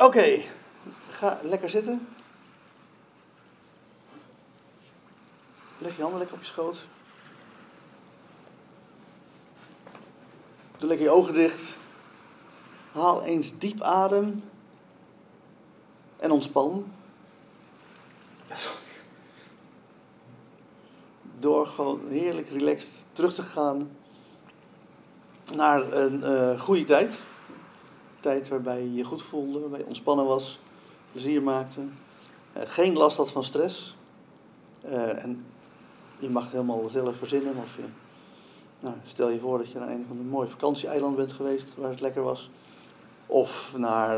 Oké, ga lekker zitten. Leg je handen lekker op je schoot. Doe lekker je ogen dicht. Haal eens diep adem. En ontspan. Door gewoon heerlijk relaxed terug te gaan naar een goede tijd. Tijd waarbij je je goed voelde, waarbij je ontspannen was, plezier maakte. Geen last had van stress. En je mag het helemaal zelf verzinnen. Of stel je voor dat je naar een van de mooie vakantieeilanden bent geweest waar het lekker was. Of naar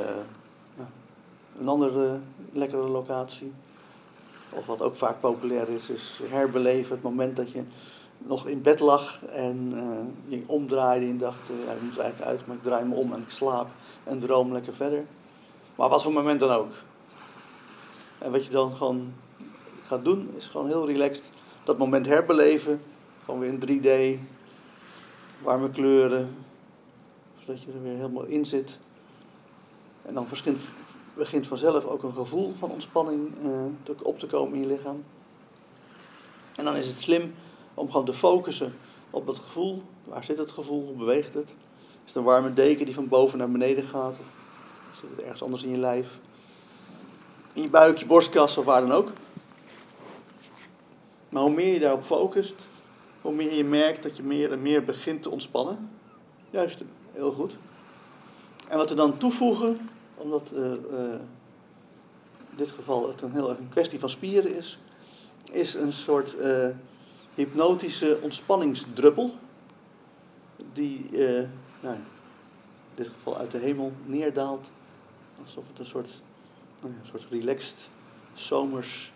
een andere lekkere locatie. Of wat ook vaak populair is herbeleven. Het moment dat je nog in bed lag en je omdraaide en dacht, ik moet er eigenlijk uit, maar ik draai me om en ik slaap en droom lekker verder. Maar wat voor moment dan ook. En wat je dan gewoon gaat doen, is gewoon heel relaxed dat moment herbeleven. Gewoon weer in 3D, warme kleuren, zodat je er weer helemaal in zit. En dan begint vanzelf ook een gevoel van ontspanning op te komen in je lichaam. En dan is het slim om gewoon te focussen op dat gevoel. Waar zit het gevoel? Hoe beweegt het? Is het een warme deken die van boven naar beneden gaat? Of zit het ergens anders in je lijf? In je buik, je borstkas of waar dan ook. Maar hoe meer je daarop focust, hoe meer je merkt dat je meer en meer begint te ontspannen. Juist, heel goed. En wat we dan toevoegen, omdat in dit geval het een heel erg een kwestie van spieren is een soort hypnotische ontspanningsdruppel. Die in dit geval uit de hemel neerdaalt. Alsof het een soort relaxed zomers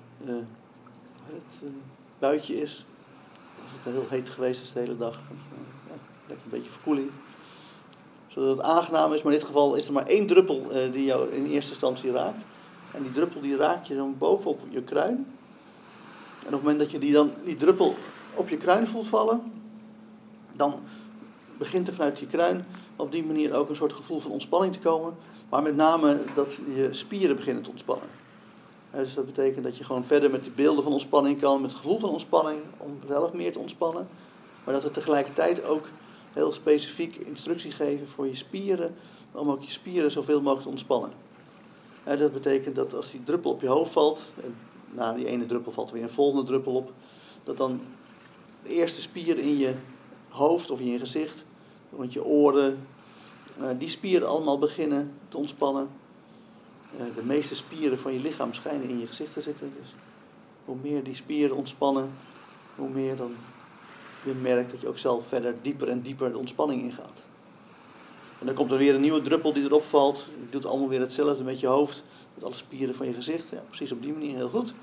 buitje is. Als het heel heet geweest is de hele dag. Lekker een beetje verkoeling. Zodat het aangenaam is, maar in dit geval is er maar één druppel die jou in eerste instantie raakt. En die druppel die raakt je dan bovenop je kruin. En op het moment dat je die druppel op je kruin voelt vallen, dan begint er vanuit je kruin op die manier ook een soort gevoel van ontspanning te komen. Maar met name dat je spieren beginnen te ontspannen. Dus dat betekent dat je gewoon verder met die beelden van ontspanning kan, met het gevoel van ontspanning, om zelf meer te ontspannen. Maar dat we tegelijkertijd ook heel specifiek instructie geven voor je spieren, om ook je spieren zoveel mogelijk te ontspannen. Dat betekent dat als die druppel op je hoofd valt, en na die ene druppel valt er weer een volgende druppel op, dat dan de eerste spieren in je hoofd of in je gezicht, rond je oren, die spieren allemaal beginnen te ontspannen. De meeste spieren van je lichaam schijnen in je gezicht te zitten. Dus hoe meer die spieren ontspannen, hoe meer dan je merkt dat je ook zelf verder dieper en dieper de ontspanning ingaat. En dan komt er weer een nieuwe druppel die erop valt. Je doet allemaal weer hetzelfde met je hoofd, met alle spieren van je gezicht. Ja, precies op die manier, heel goed.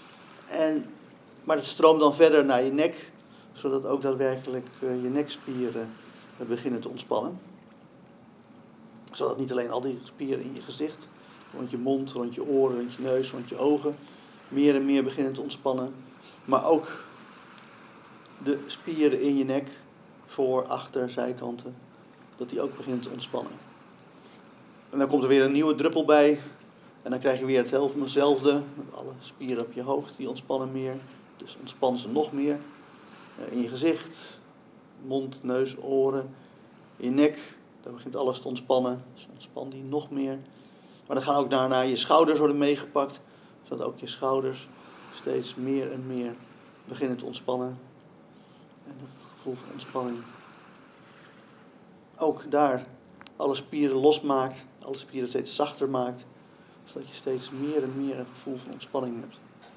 Maar het stroomt dan verder naar je nek, zodat ook daadwerkelijk je nekspieren beginnen te ontspannen. Zodat niet alleen al die spieren in je gezicht, rond je mond, rond je oren, rond je neus, rond je ogen, meer en meer beginnen te ontspannen. Maar ook de spieren in je nek, voor, achter, zijkanten, dat die ook beginnen te ontspannen. En dan komt er weer een nieuwe druppel bij. En dan krijg je weer hetzelfde. Met alle spieren op je hoofd, die ontspannen meer. Dus ontspannen ze nog meer. In je gezicht, mond, neus, oren. In je nek, daar begint alles te ontspannen. Dus ontspan die nog meer. Maar dan gaan ook daarna je schouders worden meegepakt. Zodat ook je schouders steeds meer en meer beginnen te ontspannen. En dat gevoel van ontspanning ook daar alle spieren losmaakt. Alle spieren steeds zachter maakt. Zodat je steeds meer en meer een gevoel van ontspanning hebt.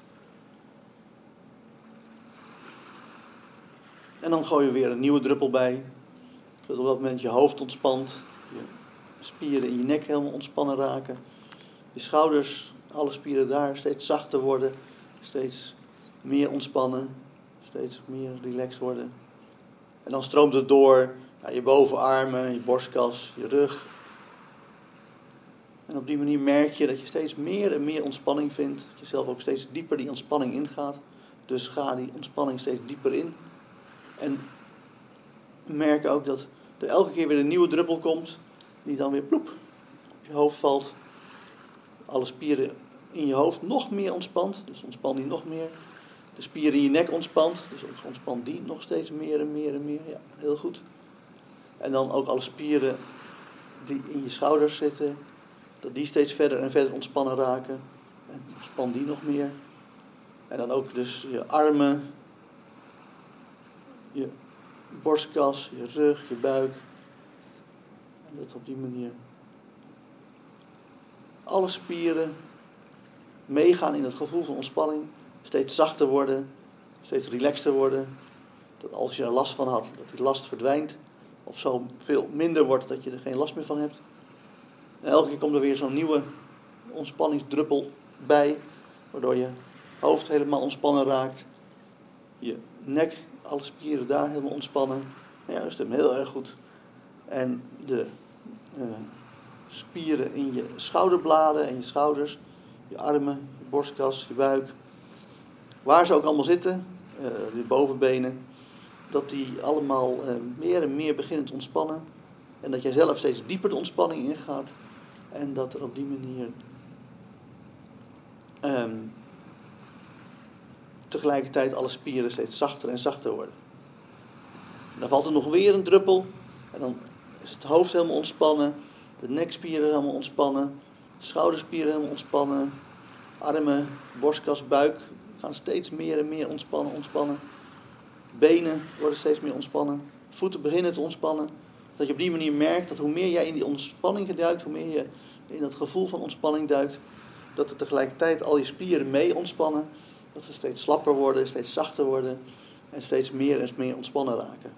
En dan gooi je weer een nieuwe druppel bij. Zodat op dat moment je hoofd ontspant. Je spieren in je nek helemaal ontspannen raken. Je schouders, alle spieren daar steeds zachter worden. Steeds meer ontspannen. Steeds meer relaxed worden. En dan stroomt het door naar je bovenarmen, je borstkas, je rug. En op die manier merk je dat je steeds meer en meer ontspanning vindt. Dat je zelf ook steeds dieper die ontspanning ingaat. Dus ga die ontspanning steeds dieper in. En merk ook dat er elke keer weer een nieuwe druppel komt. Die dan weer ploep op je hoofd valt. Alle spieren in je hoofd nog meer ontspant, dus ontspan die nog meer. De spieren in je nek ontspant, dus ontspan die nog steeds meer en meer en meer. Ja, heel goed. En dan ook alle spieren die in je schouders zitten, dat die steeds verder en verder ontspannen raken. En ontspan die nog meer. En dan ook dus je armen, je borstkas, je rug, je buik. En dat op die manier. Alle spieren meegaan in het gevoel van ontspanning. Steeds zachter worden, steeds relaxter worden. Dat als je er last van had, dat die last verdwijnt. Of zo veel minder wordt dat je er geen last meer van hebt. En elke keer komt er weer zo'n nieuwe ontspanningsdruppel bij. Waardoor je hoofd helemaal ontspannen raakt. Je nek, alle spieren daar helemaal ontspannen. Ja, dat is hem heel erg goed. En de spieren in je schouderbladen en je schouders. Je armen, je borstkas, je buik. Waar ze ook allemaal zitten. Je bovenbenen. Dat die allemaal meer en meer beginnen te ontspannen. En dat jij zelf steeds dieper de ontspanning ingaat. En dat er op die manier tegelijkertijd alle spieren steeds zachter en zachter worden. En dan valt er nog weer een druppel. En dan is het hoofd helemaal ontspannen. De nekspieren helemaal ontspannen. De schouderspieren helemaal ontspannen. Armen, borstkas, buik gaan steeds meer en meer ontspannen. Benen worden steeds meer ontspannen. Voeten beginnen te ontspannen. Dat je op die manier merkt dat hoe meer jij in die ontspanning duikt, hoe meer je in dat gevoel van ontspanning duikt, dat er tegelijkertijd al je spieren mee ontspannen. Dat ze steeds slapper worden, steeds zachter worden en steeds meer en meer ontspannen raken.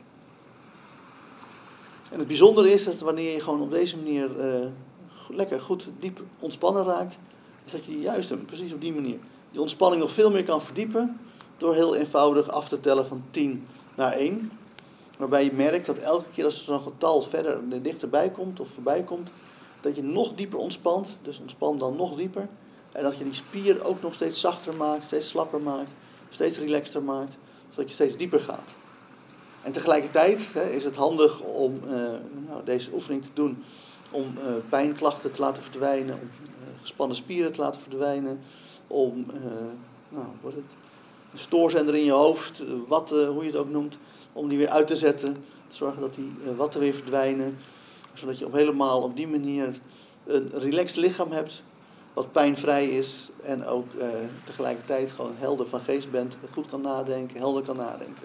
En het bijzondere is dat wanneer je gewoon op deze manier lekker goed diep ontspannen raakt, is dat je juist precies op die manier die ontspanning nog veel meer kan verdiepen door heel eenvoudig af te tellen van 10 naar 1. Waarbij je merkt dat elke keer als er zo'n getal verder dichterbij komt of voorbij komt, dat je nog dieper ontspant. Dus ontspan dan nog dieper. En dat je die spier ook nog steeds zachter maakt, steeds slapper maakt, steeds relaxter maakt, zodat je steeds dieper gaat. En tegelijkertijd is het handig om deze oefening te doen om pijnklachten te laten verdwijnen, om gespannen spieren te laten verdwijnen, om een stoorzender in je hoofd, watten, hoe je het ook noemt, om die weer uit te zetten, te zorgen dat die watten weer verdwijnen, zodat je helemaal op die manier een relaxed lichaam hebt, wat pijnvrij is en ook tegelijkertijd gewoon helder van geest bent, goed kan nadenken, helder kan nadenken.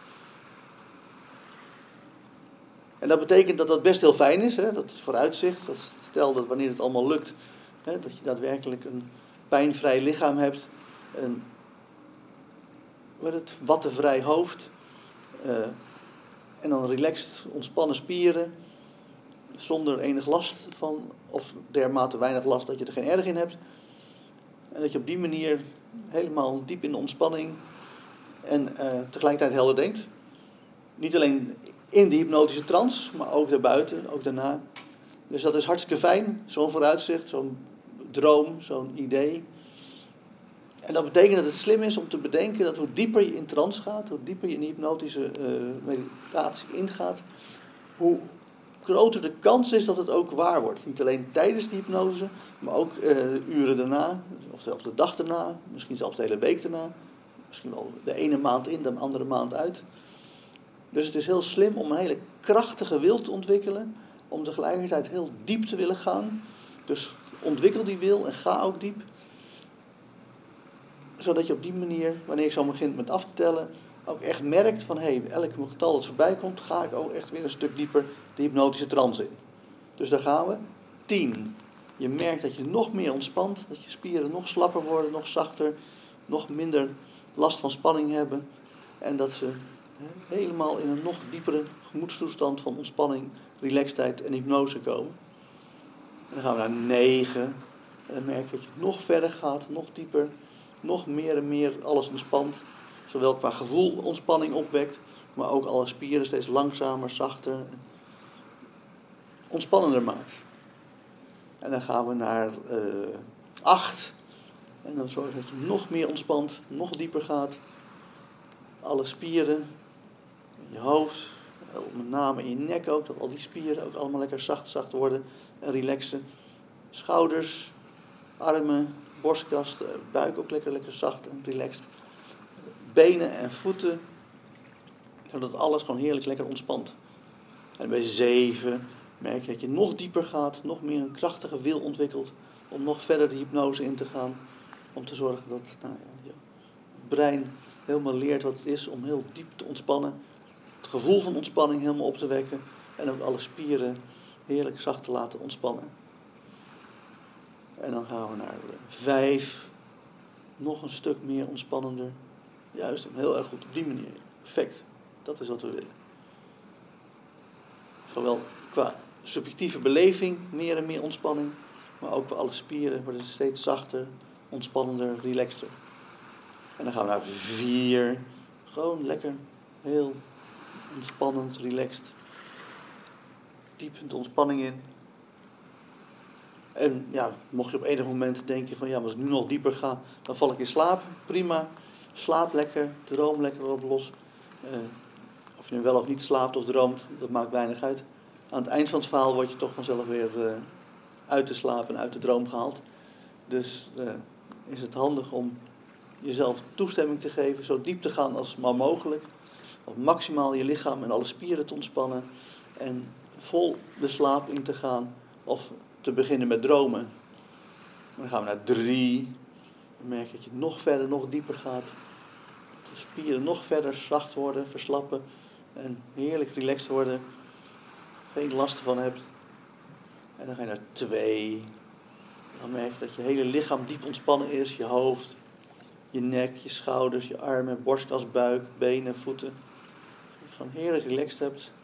En dat betekent dat dat best heel fijn is, hè? Dat vooruitzicht, dat stel dat wanneer het allemaal lukt, hè, dat je daadwerkelijk een pijnvrij lichaam hebt, een wattenvrij hoofd, en dan relaxed, ontspannen spieren, zonder enig last van, of dermate weinig last dat je er geen erg in hebt. En dat je op die manier helemaal diep in de ontspanning en tegelijkertijd helder denkt. Niet alleen in de hypnotische trance, maar ook daarbuiten, ook daarna. Dus dat is hartstikke fijn, zo'n vooruitzicht, zo'n droom, zo'n idee. En dat betekent dat het slim is om te bedenken dat hoe dieper je in trance gaat, hoe dieper je in de hypnotische meditatie ingaat, hoe groter de kans is dat het ook waar wordt. Niet alleen tijdens de hypnose, maar ook uren daarna, of zelfs de dag daarna, misschien zelfs de hele week daarna. Misschien wel de ene maand in, de andere maand uit. Dus het is heel slim om een hele krachtige wil te ontwikkelen, om tegelijkertijd heel diep te willen gaan. Dus ontwikkel die wil en ga ook diep. Zodat je op die manier, wanneer ik zo begint met af te tellen, ook echt merkt van elk getal dat voorbij komt, ga ik ook echt weer een stuk dieper de hypnotische trance in. Dus daar gaan we. 10. Je merkt dat je nog meer ontspant, dat je spieren nog slapper worden, nog zachter, nog minder last van spanning hebben. En dat ze helemaal in een nog diepere gemoedstoestand van ontspanning, relaxedheid en hypnose komen. En dan gaan we naar 9. En dan merk je dat je nog verder gaat, nog dieper, nog meer en meer alles ontspant. Zowel qua gevoel ontspanning opwekt, maar ook alle spieren steeds langzamer, zachter en ontspannender maakt. En dan gaan we naar 8. En dan zorg je dat je nog meer ontspant, nog dieper gaat. Alle spieren in je hoofd, met name in je nek ook, dat al die spieren ook allemaal lekker zacht worden en relaxen. Schouders, armen, borstkast, buik ook lekker zacht en relaxed. Benen en voeten, zodat alles gewoon heerlijk lekker ontspant. En bij 7 merk je dat je nog dieper gaat, nog meer een krachtige wil ontwikkelt om nog verder de hypnose in te gaan. Om te zorgen dat je brein helemaal leert wat het is om heel diep te ontspannen. Het gevoel van ontspanning helemaal op te wekken. En ook alle spieren heerlijk zacht te laten ontspannen. En dan gaan we naar 5. Nog een stuk meer ontspannender. Juist, heel erg goed op die manier. Perfect. Dat is wat we willen. Zowel qua subjectieve beleving, meer en meer ontspanning. Maar ook voor alle spieren worden ze steeds zachter, ontspannender, relaxter. En dan gaan we naar 4. Gewoon lekker, heel ontspannend, relaxed. Diep de ontspanning in. En mocht je op enig moment denken van maar als ik nu nog dieper ga, dan val ik in slaap. Prima. Slaap lekker, droom lekker op los. Of je nu wel of niet slaapt of droomt, dat maakt weinig uit. Aan het eind van het verhaal word je toch vanzelf weer uit de slaap en uit de droom gehaald. Dus is het handig om jezelf toestemming te geven, zo diep te gaan als maar mogelijk. Om maximaal je lichaam en alle spieren te ontspannen. En vol de slaap in te gaan. Of te beginnen met dromen. En dan gaan we naar 3. Dan merk je dat je nog verder, nog dieper gaat. Dat de spieren nog verder zacht worden, verslappen. En heerlijk relaxed worden. Geen last ervan hebt. En dan ga je naar 2. Dan merk je dat je hele lichaam diep ontspannen is. Je hoofd, je nek, je schouders, je armen, borstkas, buik, benen, voeten. Dat je gewoon heerlijk relaxed hebt.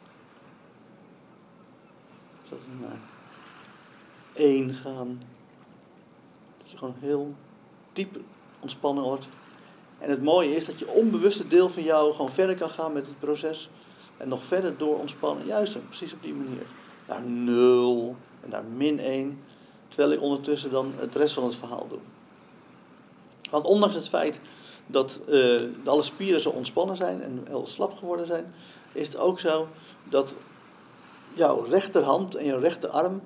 Zodat we naar 1 gaan. Dat je gewoon heel diep ontspannen wordt. En het mooie is dat je onbewuste deel van jou gewoon verder kan gaan met het proces. En nog verder door ontspannen. Juist, precies op die manier. Naar 0 en naar -1. Terwijl ik ondertussen dan het rest van het verhaal doe. Want ondanks het feit dat alle spieren zo ontspannen zijn en heel slap geworden zijn, is het ook zo dat jouw rechterhand en jouw rechterarm,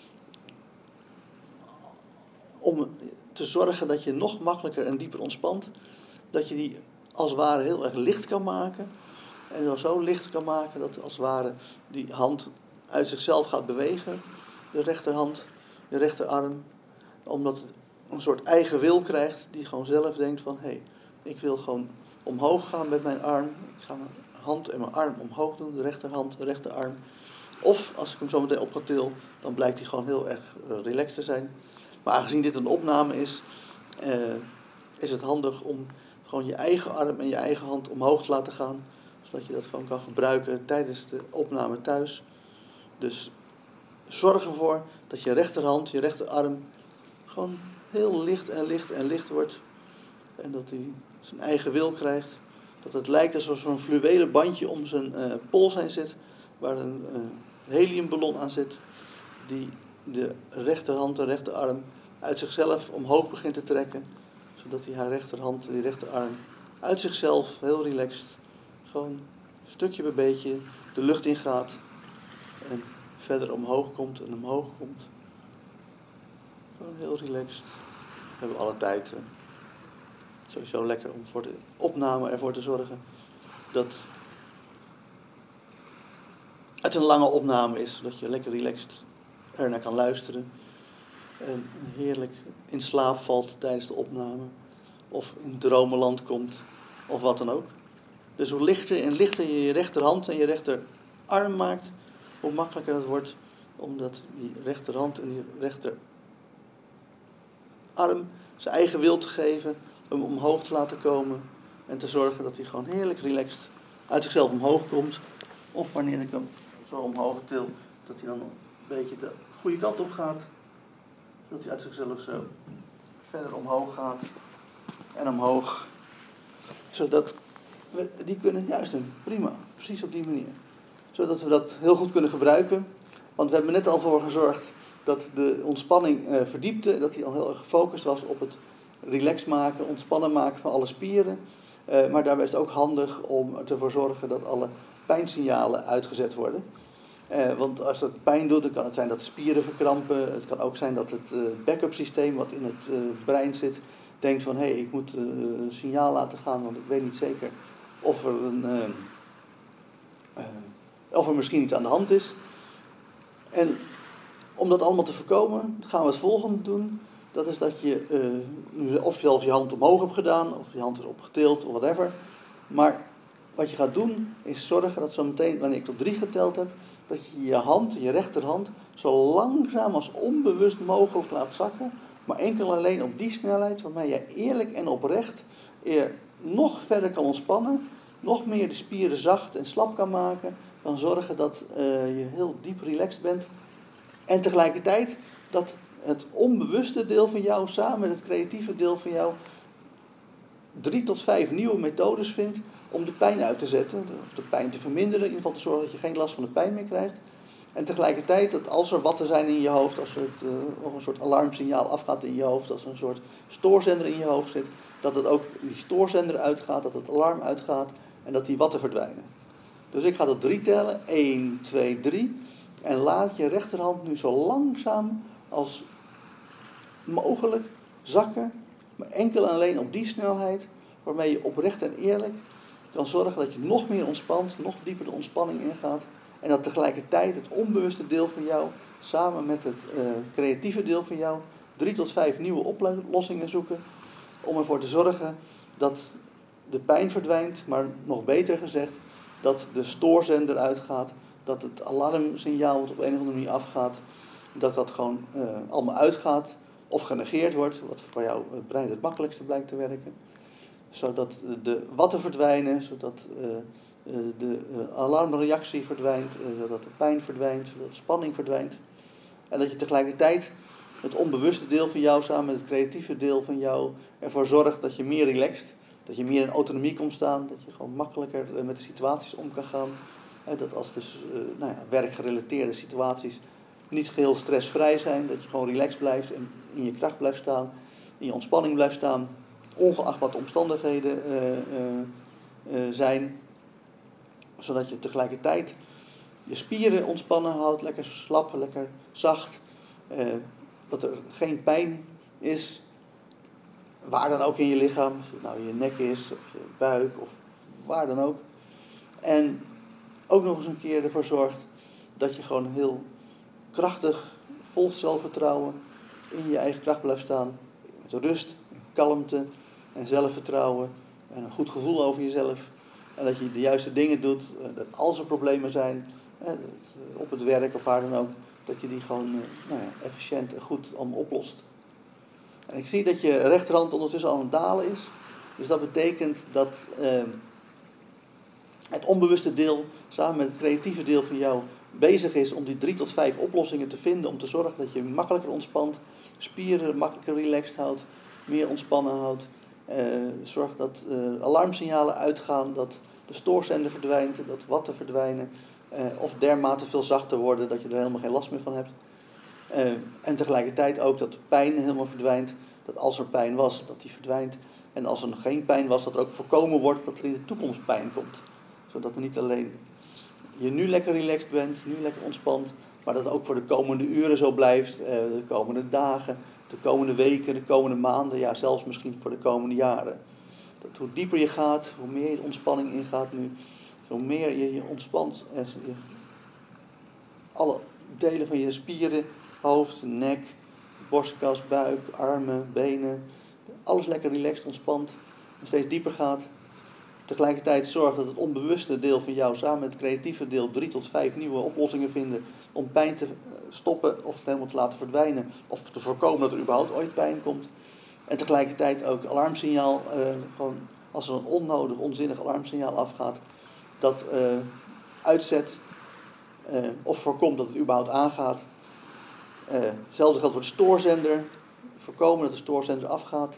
om te zorgen dat je nog makkelijker en dieper ontspant, dat je die als het ware heel erg licht kan maken. En dan zo licht kan maken dat als het ware die hand uit zichzelf gaat bewegen, de rechterhand, de rechterarm, omdat het een soort eigen wil krijgt die gewoon zelf denkt van ik wil gewoon omhoog gaan met mijn arm. Ik ga mijn hand en mijn arm omhoog doen, de rechterhand, de rechterarm. Of als ik hem zo meteen op ga til, dan blijkt hij gewoon heel erg relaxed te zijn. Maar aangezien dit een opname is het handig om gewoon je eigen arm en je eigen hand omhoog te laten gaan. Zodat je dat gewoon kan gebruiken tijdens de opname thuis. Dus zorg ervoor dat je rechterhand, je rechterarm gewoon heel licht en licht en licht wordt. En dat hij zijn eigen wil krijgt. Dat het lijkt alsof zo'n fluwelen bandje om zijn pols heen zit. Waar een heliumballon aan zit. Die de rechterhand en rechterarm uit zichzelf omhoog begint te trekken. Zodat hij haar rechterhand en die rechterarm uit zichzelf heel relaxed. Gewoon stukje bij beetje de lucht ingaat. En verder omhoog komt en omhoog komt. Gewoon heel relaxed. We hebben alle tijd. Sowieso lekker om voor de opname ervoor te zorgen dat het een lange opname is. Zodat je lekker relaxed ernaar kan luisteren. En heerlijk in slaap valt tijdens de opname. Of in dromenland komt. Of wat dan ook. Dus hoe lichter en lichter je je rechterhand en je rechterarm maakt, hoe makkelijker het wordt. Omdat die rechterhand en die rechterarm zijn eigen wil te geven. Hem omhoog te laten komen. En te zorgen dat hij gewoon heerlijk relaxed uit zichzelf omhoog komt. Of wanneer ik hem zo omhoog til, dat hij dan een beetje de goede kant op gaat. Zodat hij uit zichzelf zo verder omhoog gaat. En omhoog. Zodat we die kunnen juist doen. Prima. Precies op die manier. Zodat we dat heel goed kunnen gebruiken. Want we hebben net al voor gezorgd dat de ontspanning verdiepte. Dat hij al heel erg gefocust was op het relax maken, ontspannen maken van alle spieren. Maar daarbij is het ook handig om ervoor te zorgen dat alle pijnsignalen uitgezet worden. Want als het pijn doet, dan kan het zijn dat de spieren verkrampen. Het kan ook zijn dat het backup systeem wat in het brein zit, denkt van hé, ik moet een signaal laten gaan, want ik weet niet zeker of er misschien iets aan de hand is. En om dat allemaal te voorkomen, gaan we het volgende doen. Dat is dat je of zelf je hand omhoog hebt gedaan, of je hand is opgetild, of whatever. Maar wat je gaat doen, is zorgen dat zometeen, wanneer ik tot 3 geteld heb, dat je je hand, je rechterhand, zo langzaam als onbewust mogelijk laat zakken. Maar enkel alleen op die snelheid waarmee je eerlijk en oprecht nog verder kan ontspannen. Nog meer de spieren zacht en slap kan maken. Kan zorgen dat je heel diep relaxed bent. En tegelijkertijd dat het onbewuste deel van jou samen met het creatieve deel van jou 3 tot 5 nieuwe methodes vindt om de pijn uit te zetten. Of de pijn te verminderen, in ieder geval te zorgen dat je geen last van de pijn meer krijgt. En tegelijkertijd dat als er watten zijn in je hoofd, als er nog een soort alarmsignaal afgaat in je hoofd, als er een soort stoorzender in je hoofd zit, dat het ook die stoorzender uitgaat, dat het alarm uitgaat en dat die watten verdwijnen. Dus ik ga tot 3 tellen. 1, 2, 3. En laat je rechterhand nu zo langzaam als mogelijk zakken. Maar enkel en alleen op die snelheid waarmee je oprecht en eerlijk kan zorgen dat je nog meer ontspant, nog dieper de ontspanning ingaat. En dat tegelijkertijd het onbewuste deel van jou samen met het creatieve deel van jou 3 tot 5 nieuwe oplossingen zoeken. Om ervoor te zorgen dat de pijn verdwijnt, maar nog beter gezegd, dat de stoorzender uitgaat, dat het alarmsignaal wat op een of andere manier afgaat, dat dat gewoon allemaal uitgaat of genegeerd wordt, wat voor jouw brein het makkelijkste blijkt te werken. Zodat de watten verdwijnen, zodat de alarmreactie verdwijnt, zodat de pijn verdwijnt, zodat de spanning verdwijnt. En dat je tegelijkertijd het onbewuste deel van jou samen met het creatieve deel van jou ervoor zorgt dat je meer relaxt, dat je meer in autonomie komt staan, dat je gewoon makkelijker met de situaties om kan gaan. Dat als dus werkgerelateerde situaties niet geheel stressvrij zijn, dat je gewoon relaxed blijft en in je kracht blijft staan, in je ontspanning blijft staan, ongeacht wat de omstandigheden zijn, zodat je tegelijkertijd je spieren ontspannen houdt, lekker slap, lekker zacht, dat er geen pijn is, waar dan ook in je lichaam, of het nou je nek is, of je buik, of waar dan ook. En ook nog eens een keer ervoor zorgt dat je gewoon heel krachtig, vol zelfvertrouwen in je eigen kracht blijft staan. Met rust, kalmte en zelfvertrouwen en een goed gevoel over jezelf. En dat je de juiste dingen doet, dat als er problemen zijn, op het werk of waar dan ook, dat je die gewoon efficiënt en goed allemaal oplost. En ik zie dat je rechterhand ondertussen al aan het dalen is. Dus dat betekent dat het onbewuste deel samen met het creatieve deel van jou bezig is om die 3 tot 5 oplossingen te vinden. Om te zorgen dat je makkelijker ontspant, spieren makkelijker relaxed houdt, meer ontspannen houdt. Zorg dat alarmsignalen uitgaan, dat de stoorzender verdwijnt, dat watten verdwijnen. Of dermate veel zachter worden dat je er helemaal geen last meer van hebt. En tegelijkertijd ook dat de pijn helemaal verdwijnt. Dat als er pijn was, dat die verdwijnt. En als er nog geen pijn was, dat er ook voorkomen wordt dat er in de toekomst pijn komt. Zodat er niet alleen je nu lekker relaxed bent, nu lekker ontspant, maar dat het ook voor de komende uren zo blijft, de komende dagen, de komende weken, de komende maanden, ja zelfs misschien voor de komende jaren. Dat hoe dieper je gaat, hoe meer je de ontspanning ingaat nu, hoe meer je ontspant. Alle delen van je spieren, hoofd, nek, borstkas, buik, armen, benen, alles lekker relaxed, ontspant en steeds dieper gaat. Tegelijkertijd zorg dat het onbewuste deel van jou samen met het creatieve deel 3 tot 5 nieuwe oplossingen vinden om pijn te stoppen of helemaal te laten verdwijnen of te voorkomen dat er überhaupt ooit pijn komt. En tegelijkertijd ook alarmsignaal, gewoon als er een onnodig, onzinnig alarmsignaal afgaat, dat uitzet of voorkomt dat het überhaupt aangaat. Hetzelfde geldt voor de stoorzender, voorkomen dat de stoorzender afgaat.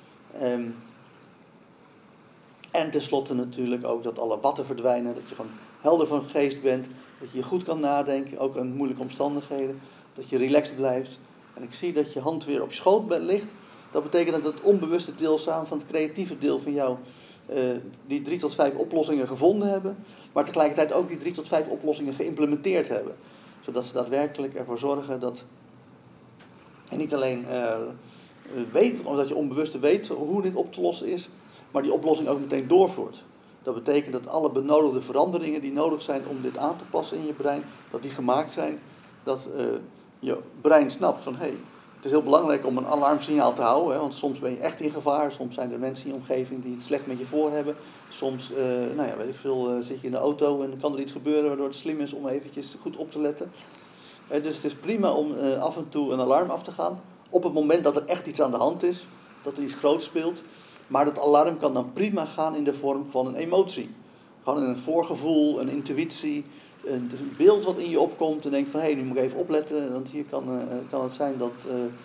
En tenslotte natuurlijk ook dat alle watten verdwijnen, dat je gewoon helder van geest bent, dat je goed kan nadenken, ook in moeilijke omstandigheden, dat je relaxed blijft. En ik zie dat je hand weer op je schoot ligt. Dat betekent dat het onbewuste deel samen van het creatieve deel van jou die 3 tot 5 oplossingen gevonden hebben, maar tegelijkertijd ook die 3 tot 5 oplossingen geïmplementeerd hebben. Zodat ze daadwerkelijk ervoor zorgen dat je niet alleen weet, omdat je onbewust weet hoe dit op te lossen is, maar die oplossing ook meteen doorvoert. Dat betekent dat alle benodigde veranderingen die nodig zijn om dit aan te passen in je brein, dat die gemaakt zijn. Dat je brein snapt van, hé, het is heel belangrijk om een alarmsignaal te houden. Hè, want soms ben je echt in gevaar. Soms zijn er mensen in je omgeving die het slecht met je voor hebben. Soms, weet ik veel, zit je in de auto en dan kan er iets gebeuren waardoor het slim is om eventjes goed op te letten. Dus het is prima om af en toe een alarm af te gaan. Op het moment dat er echt iets aan de hand is. Dat er iets groots speelt. Maar dat alarm kan dan prima gaan in de vorm van een emotie. Gewoon in een voorgevoel, een intuïtie. Een beeld wat in je opkomt en denkt van, hé, nu moet ik even opletten. Want hier kan het zijn dat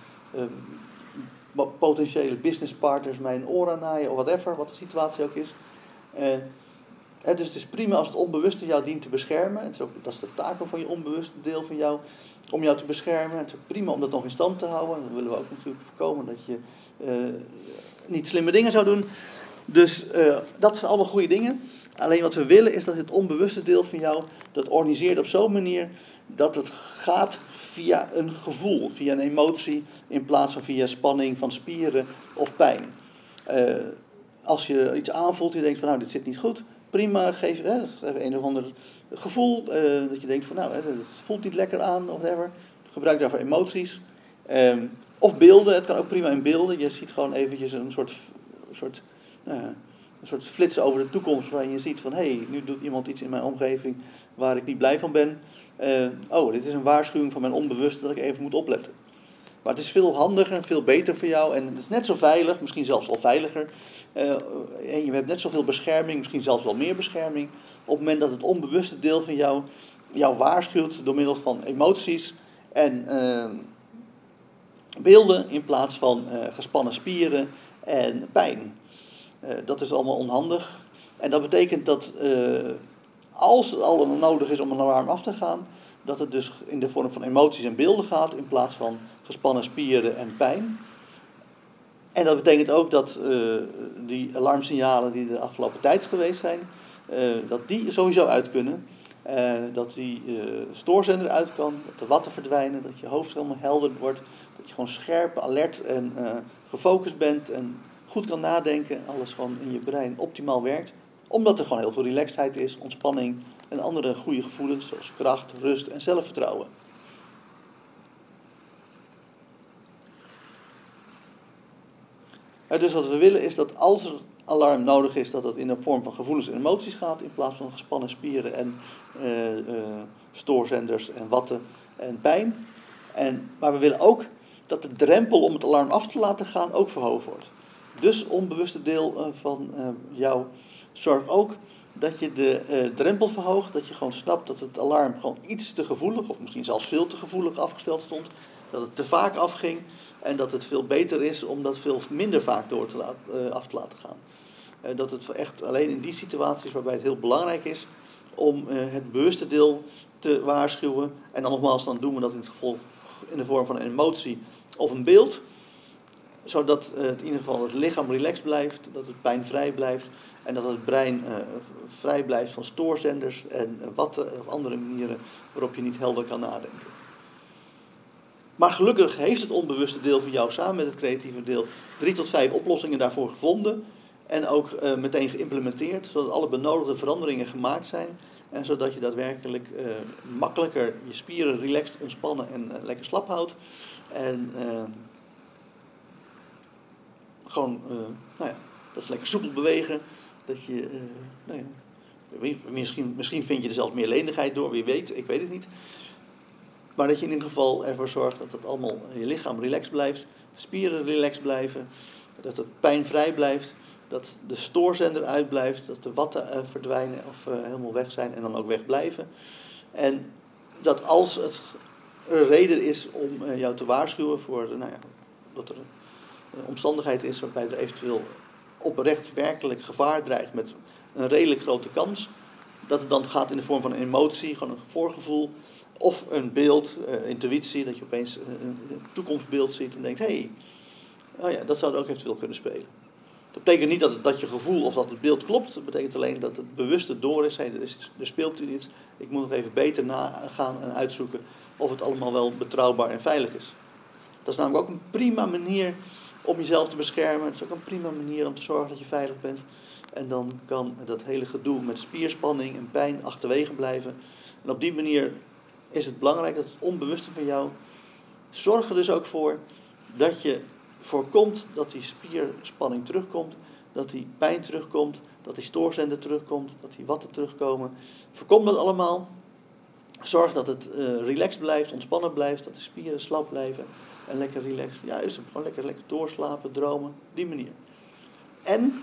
potentiële businesspartners mij een oor aannaaien of whatever, wat de situatie ook is. Dus het is prima als het onbewuste jou dient te beschermen. Dat is de taak van je onbewuste deel van jou, om jou te beschermen. Het is ook prima om dat nog in stand te houden. Dan willen we ook natuurlijk voorkomen dat je niet slimme dingen zou doen. Dus dat zijn allemaal goede dingen. Alleen wat we willen is dat het onbewuste deel van jou dat organiseert op zo'n manier dat het gaat via een gevoel, via een emotie, in plaats van via spanning van spieren of pijn. Als je iets aanvoelt en je denkt van, nou, dit zit niet goed, prima, geef een of ander gevoel, dat je denkt van, nou, het voelt niet lekker aan, of whatever. Gebruik daarvoor emoties. Of beelden, het kan ook prima in beelden. Je ziet gewoon eventjes een soort flits over de toekomst, waarin je ziet van, hé, nu doet iemand iets in mijn omgeving waar ik niet blij van ben. Dit is een waarschuwing van mijn onbewust dat ik even moet opletten. Maar het is veel handiger en veel beter voor jou. En het is net zo veilig, misschien zelfs wel veiliger. En je hebt net zoveel bescherming, misschien zelfs wel meer bescherming. Op het moment dat het onbewuste deel van jou waarschuwt door middel van emoties en beelden in plaats van gespannen spieren en pijn. Dat is allemaal onhandig. En dat betekent dat als het al nodig is om een alarm af te gaan, dat het dus in de vorm van emoties en beelden gaat in plaats van gespannen spieren en pijn. En dat betekent ook dat die alarmsignalen die de afgelopen tijd geweest zijn, dat die sowieso uit kunnen. Dat die stoorzender uit kan, dat de watten verdwijnen, dat je hoofd helemaal helder wordt, dat je gewoon scherp, alert en gefocust bent en goed kan nadenken, alles gewoon in je brein optimaal werkt. Omdat er gewoon heel veel relaxedheid is, ontspanning en andere goede gevoelens zoals kracht, rust en zelfvertrouwen. Dus wat we willen is dat als er alarm nodig is, dat het in de vorm van gevoelens en emoties gaat, in plaats van gespannen spieren en stoorzenders en watten en pijn. Maar we willen ook dat de drempel om het alarm af te laten gaan ook verhoogd wordt. Dus onbewuste deel van jou zorgt ook dat je de drempel verhoogt, dat je gewoon snapt dat het alarm gewoon iets te gevoelig, of misschien zelfs veel te gevoelig afgesteld stond, dat het te vaak afging en dat het veel beter is om dat veel minder vaak af te laten gaan. Dat het echt alleen in die situaties waarbij het heel belangrijk is om het bewuste deel te waarschuwen. En dan nogmaals, dan doen we dat in de vorm van een emotie of een beeld. Zodat in ieder geval het lichaam relaxed blijft, dat het pijnvrij blijft. En dat het brein vrij blijft van stoorzenders en watten of andere manieren waarop je niet helder kan nadenken. Maar gelukkig heeft het onbewuste deel van jou samen met het creatieve deel 3 tot 5 oplossingen daarvoor gevonden. En ook meteen geïmplementeerd, zodat alle benodigde veranderingen gemaakt zijn. En zodat je daadwerkelijk makkelijker je spieren relaxed, ontspannen en lekker slap houdt. En dat is lekker soepel bewegen. Dat je, misschien vind je er zelfs meer lenigheid door, wie weet, ik weet het niet. Maar dat je in ieder geval ervoor zorgt dat het allemaal je lichaam relaxed blijft, spieren relaxed blijven, dat het pijnvrij blijft, dat de stoorzender uitblijft, dat de watten verdwijnen of helemaal weg zijn en dan ook wegblijven. En dat als het een reden is om jou te waarschuwen voor dat er een omstandigheid is waarbij er eventueel oprecht werkelijk gevaar dreigt met een redelijk grote kans, dat het dan gaat in de vorm van een emotie, gewoon een voorgevoel, of een beeld, intuïtie, dat je opeens een toekomstbeeld ziet en denkt, dat zou er ook eventueel kunnen spelen. Dat betekent niet dat je gevoel of dat het beeld klopt. Dat betekent alleen dat het bewuste door is. Hey, er speelt iets. Ik moet nog even beter nagaan en uitzoeken of het allemaal wel betrouwbaar en veilig is. Dat is namelijk ook een prima manier om jezelf te beschermen. Het is ook een prima manier om te zorgen dat je veilig bent. En dan kan dat hele gedoe met spierspanning en pijn achterwege blijven. En op die manier is het belangrijk dat het onbewuste van jou... Zorg er dus ook voor dat je voorkomt dat die spierspanning terugkomt. Dat die pijn terugkomt. Dat die stoorzender terugkomt. Dat die watten terugkomen. Voorkom dat allemaal. Zorg dat het relaxed blijft, ontspannen blijft. Dat de spieren slap blijven. En lekker relaxed. Juist, gewoon lekker doorslapen, dromen. Op die manier. En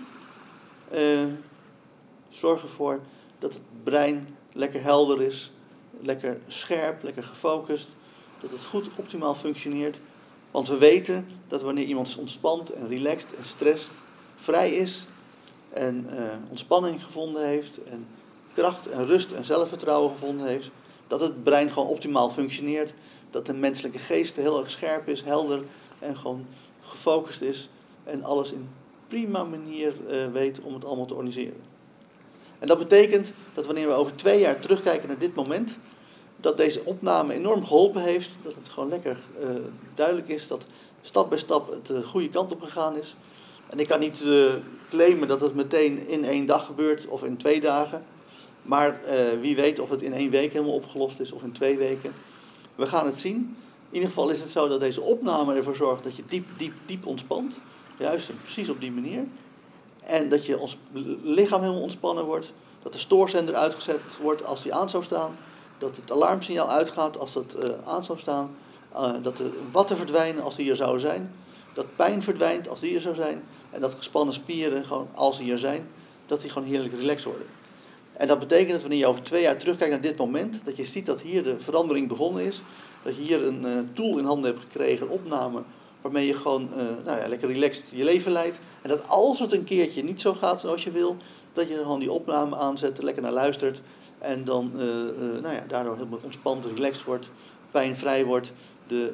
zorg ervoor dat het brein lekker helder is. Lekker scherp, lekker gefocust. Dat het goed optimaal functioneert. Want we weten dat wanneer iemand ontspant en relaxed en stressed vrij is. En ontspanning gevonden heeft. En kracht en rust en zelfvertrouwen gevonden heeft. Dat het brein gewoon optimaal functioneert. Dat de menselijke geest heel erg scherp is, helder en gewoon gefocust is. En alles in prima manier weet om het allemaal te organiseren. En dat betekent dat wanneer we over 2 jaar terugkijken naar dit moment, dat deze opname enorm geholpen heeft. Dat het gewoon lekker duidelijk is dat stap bij stap het de goede kant op gegaan is. En ik kan niet claimen dat het meteen in 1 dag gebeurt of in 2 dagen. Maar wie weet of het in 1 week helemaal opgelost is of in 2 weken. We gaan het zien. In ieder geval is het zo dat deze opname ervoor zorgt dat je diep ontspant. Juist en precies op die manier. En dat je lichaam helemaal ontspannen wordt. Dat de stoorzender uitgezet wordt als die aan zou staan. Dat het alarmsignaal uitgaat als dat aan zou staan. Dat de watten verdwijnen als die er zouden zijn. Dat pijn verdwijnt als die er zou zijn. En dat gespannen spieren, gewoon als die er zijn, dat die gewoon heerlijk relaxed worden. En dat betekent dat wanneer je over 2 jaar terugkijkt naar dit moment, dat je ziet dat hier de verandering begonnen is. Dat je hier een tool in handen hebt gekregen, een opname, waarmee je gewoon lekker relaxed je leven leidt. En dat als het een keertje niet zo gaat zoals je wil, dat je gewoon die opname aanzet, lekker naar luistert. En dan daardoor helemaal ontspannen, relaxed wordt, pijnvrij wordt, de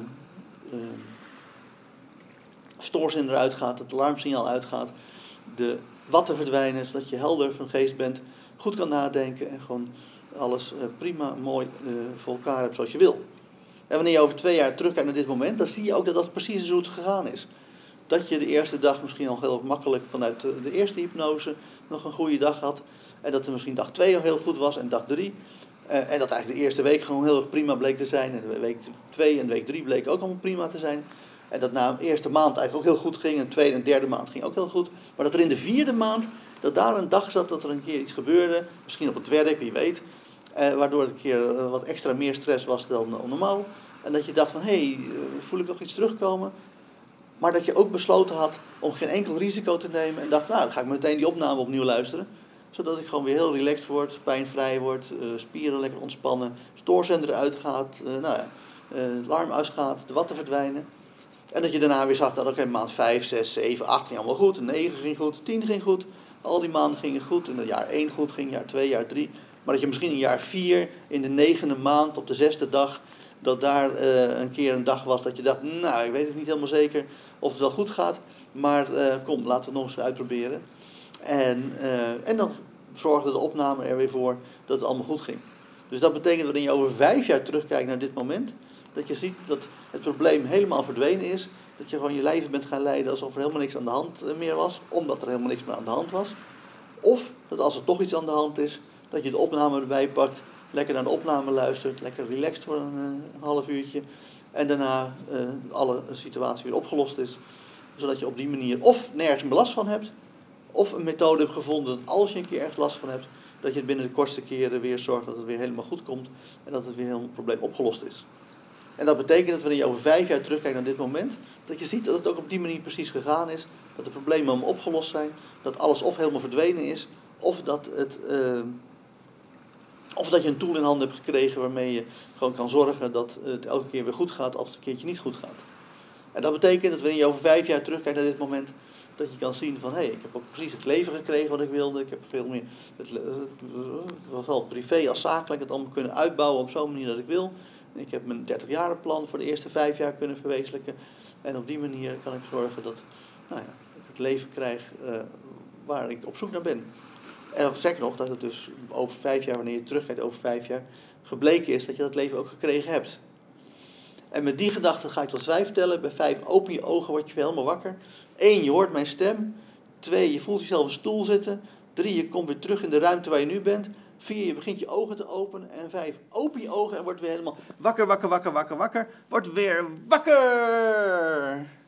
stoorzender eruit gaat, het alarmsignaal uitgaat, de watten verdwijnen, zodat je helder van geest bent, goed kan nadenken en gewoon alles prima, mooi voor elkaar hebt zoals je wil. En wanneer je over 2 jaar terugkijkt naar dit moment, dan zie je ook dat dat precies is hoe het gegaan is. Dat je de eerste dag misschien al heel makkelijk vanuit de eerste hypnose nog een goede dag had. En dat er misschien dag 2 al heel goed was en dag 3. En dat eigenlijk de eerste week gewoon heel erg prima bleek te zijn. En week 2 en week 3 bleek ook allemaal prima te zijn. En dat na de eerste maand eigenlijk ook heel goed ging. En de tweede en derde maand ging ook heel goed. Maar dat er in de 4e maand, dat daar een dag zat dat er een keer iets gebeurde. Misschien op het werk, wie weet. Waardoor het een keer wat extra meer stress was dan normaal. En dat je dacht van, voel ik nog iets terugkomen? Maar dat je ook besloten had om geen enkel risico te nemen. En dacht, dan ga ik meteen die opname opnieuw luisteren. Zodat ik gewoon weer heel relaxed word, pijnvrij word, spieren lekker ontspannen, stoorzender uitgaat, alarm uitgaat, de watten verdwijnen. En dat je daarna weer zag dat maand 5, 6, 7, 8 ging allemaal goed. 9 ging goed, 10 ging goed. Al die maanden gingen goed. En jaar 1 goed ging, jaar 2, jaar 3. Maar dat je misschien in jaar 4, in de 9e maand, op de 6e dag, dat daar een keer een dag was dat je dacht, ik weet het niet helemaal zeker of het wel goed gaat. Maar kom, laten we het nog eens uitproberen. En dan zorgde de opname er weer voor dat het allemaal goed ging. Dus dat betekent dat wanneer je over 5 jaar terugkijkt naar dit moment, dat je ziet dat het probleem helemaal verdwenen is. Dat je gewoon je leven bent gaan leiden alsof er helemaal niks aan de hand meer was, omdat er helemaal niks meer aan de hand was. Of dat als er toch iets aan de hand is, dat je de opname erbij pakt, lekker naar de opname luistert, lekker relaxed voor een half uurtje. En daarna alle situatie weer opgelost is. Zodat je op die manier of nergens meer last van hebt, of een methode hebt gevonden dat als je een keer ergens last van hebt, dat je het binnen de kortste keren weer zorgt dat het weer helemaal goed komt en dat het weer helemaal het probleem opgelost is. En dat betekent dat wanneer je over 5 jaar terugkijkt naar dit moment, dat je ziet dat het ook op die manier precies gegaan is, dat de problemen allemaal opgelost zijn, dat alles of helemaal verdwenen is, of dat je een tool in handen hebt gekregen waarmee je gewoon kan zorgen dat het elke keer weer goed gaat als het een keertje niet goed gaat. En dat betekent dat wanneer je over 5 jaar terugkijkt naar dit moment, dat je kan zien van, ik heb ook precies het leven gekregen wat ik wilde. Ik heb veel meer, zowel privé als zakelijk, het allemaal kunnen uitbouwen op zo'n manier dat ik wil. Ik heb mijn 30-jarenplan voor de eerste 5 jaar kunnen verwezenlijken. En op die manier kan ik zorgen dat ik het leven krijg waar ik op zoek naar ben. En of zeg nog, dat het dus over 5 jaar, wanneer je terugkijkt over 5 jaar, gebleken is dat je dat leven ook gekregen hebt. En met die gedachte ga ik tot 5 tellen. Bij 5 open je ogen, word je weer helemaal wakker. 1, je hoort mijn stem. 2, je voelt jezelf op een stoel zitten. 3, je komt weer terug in de ruimte waar je nu bent. 4, je begint je ogen te openen. En 5, open je ogen en word weer helemaal wakker. Word weer wakker.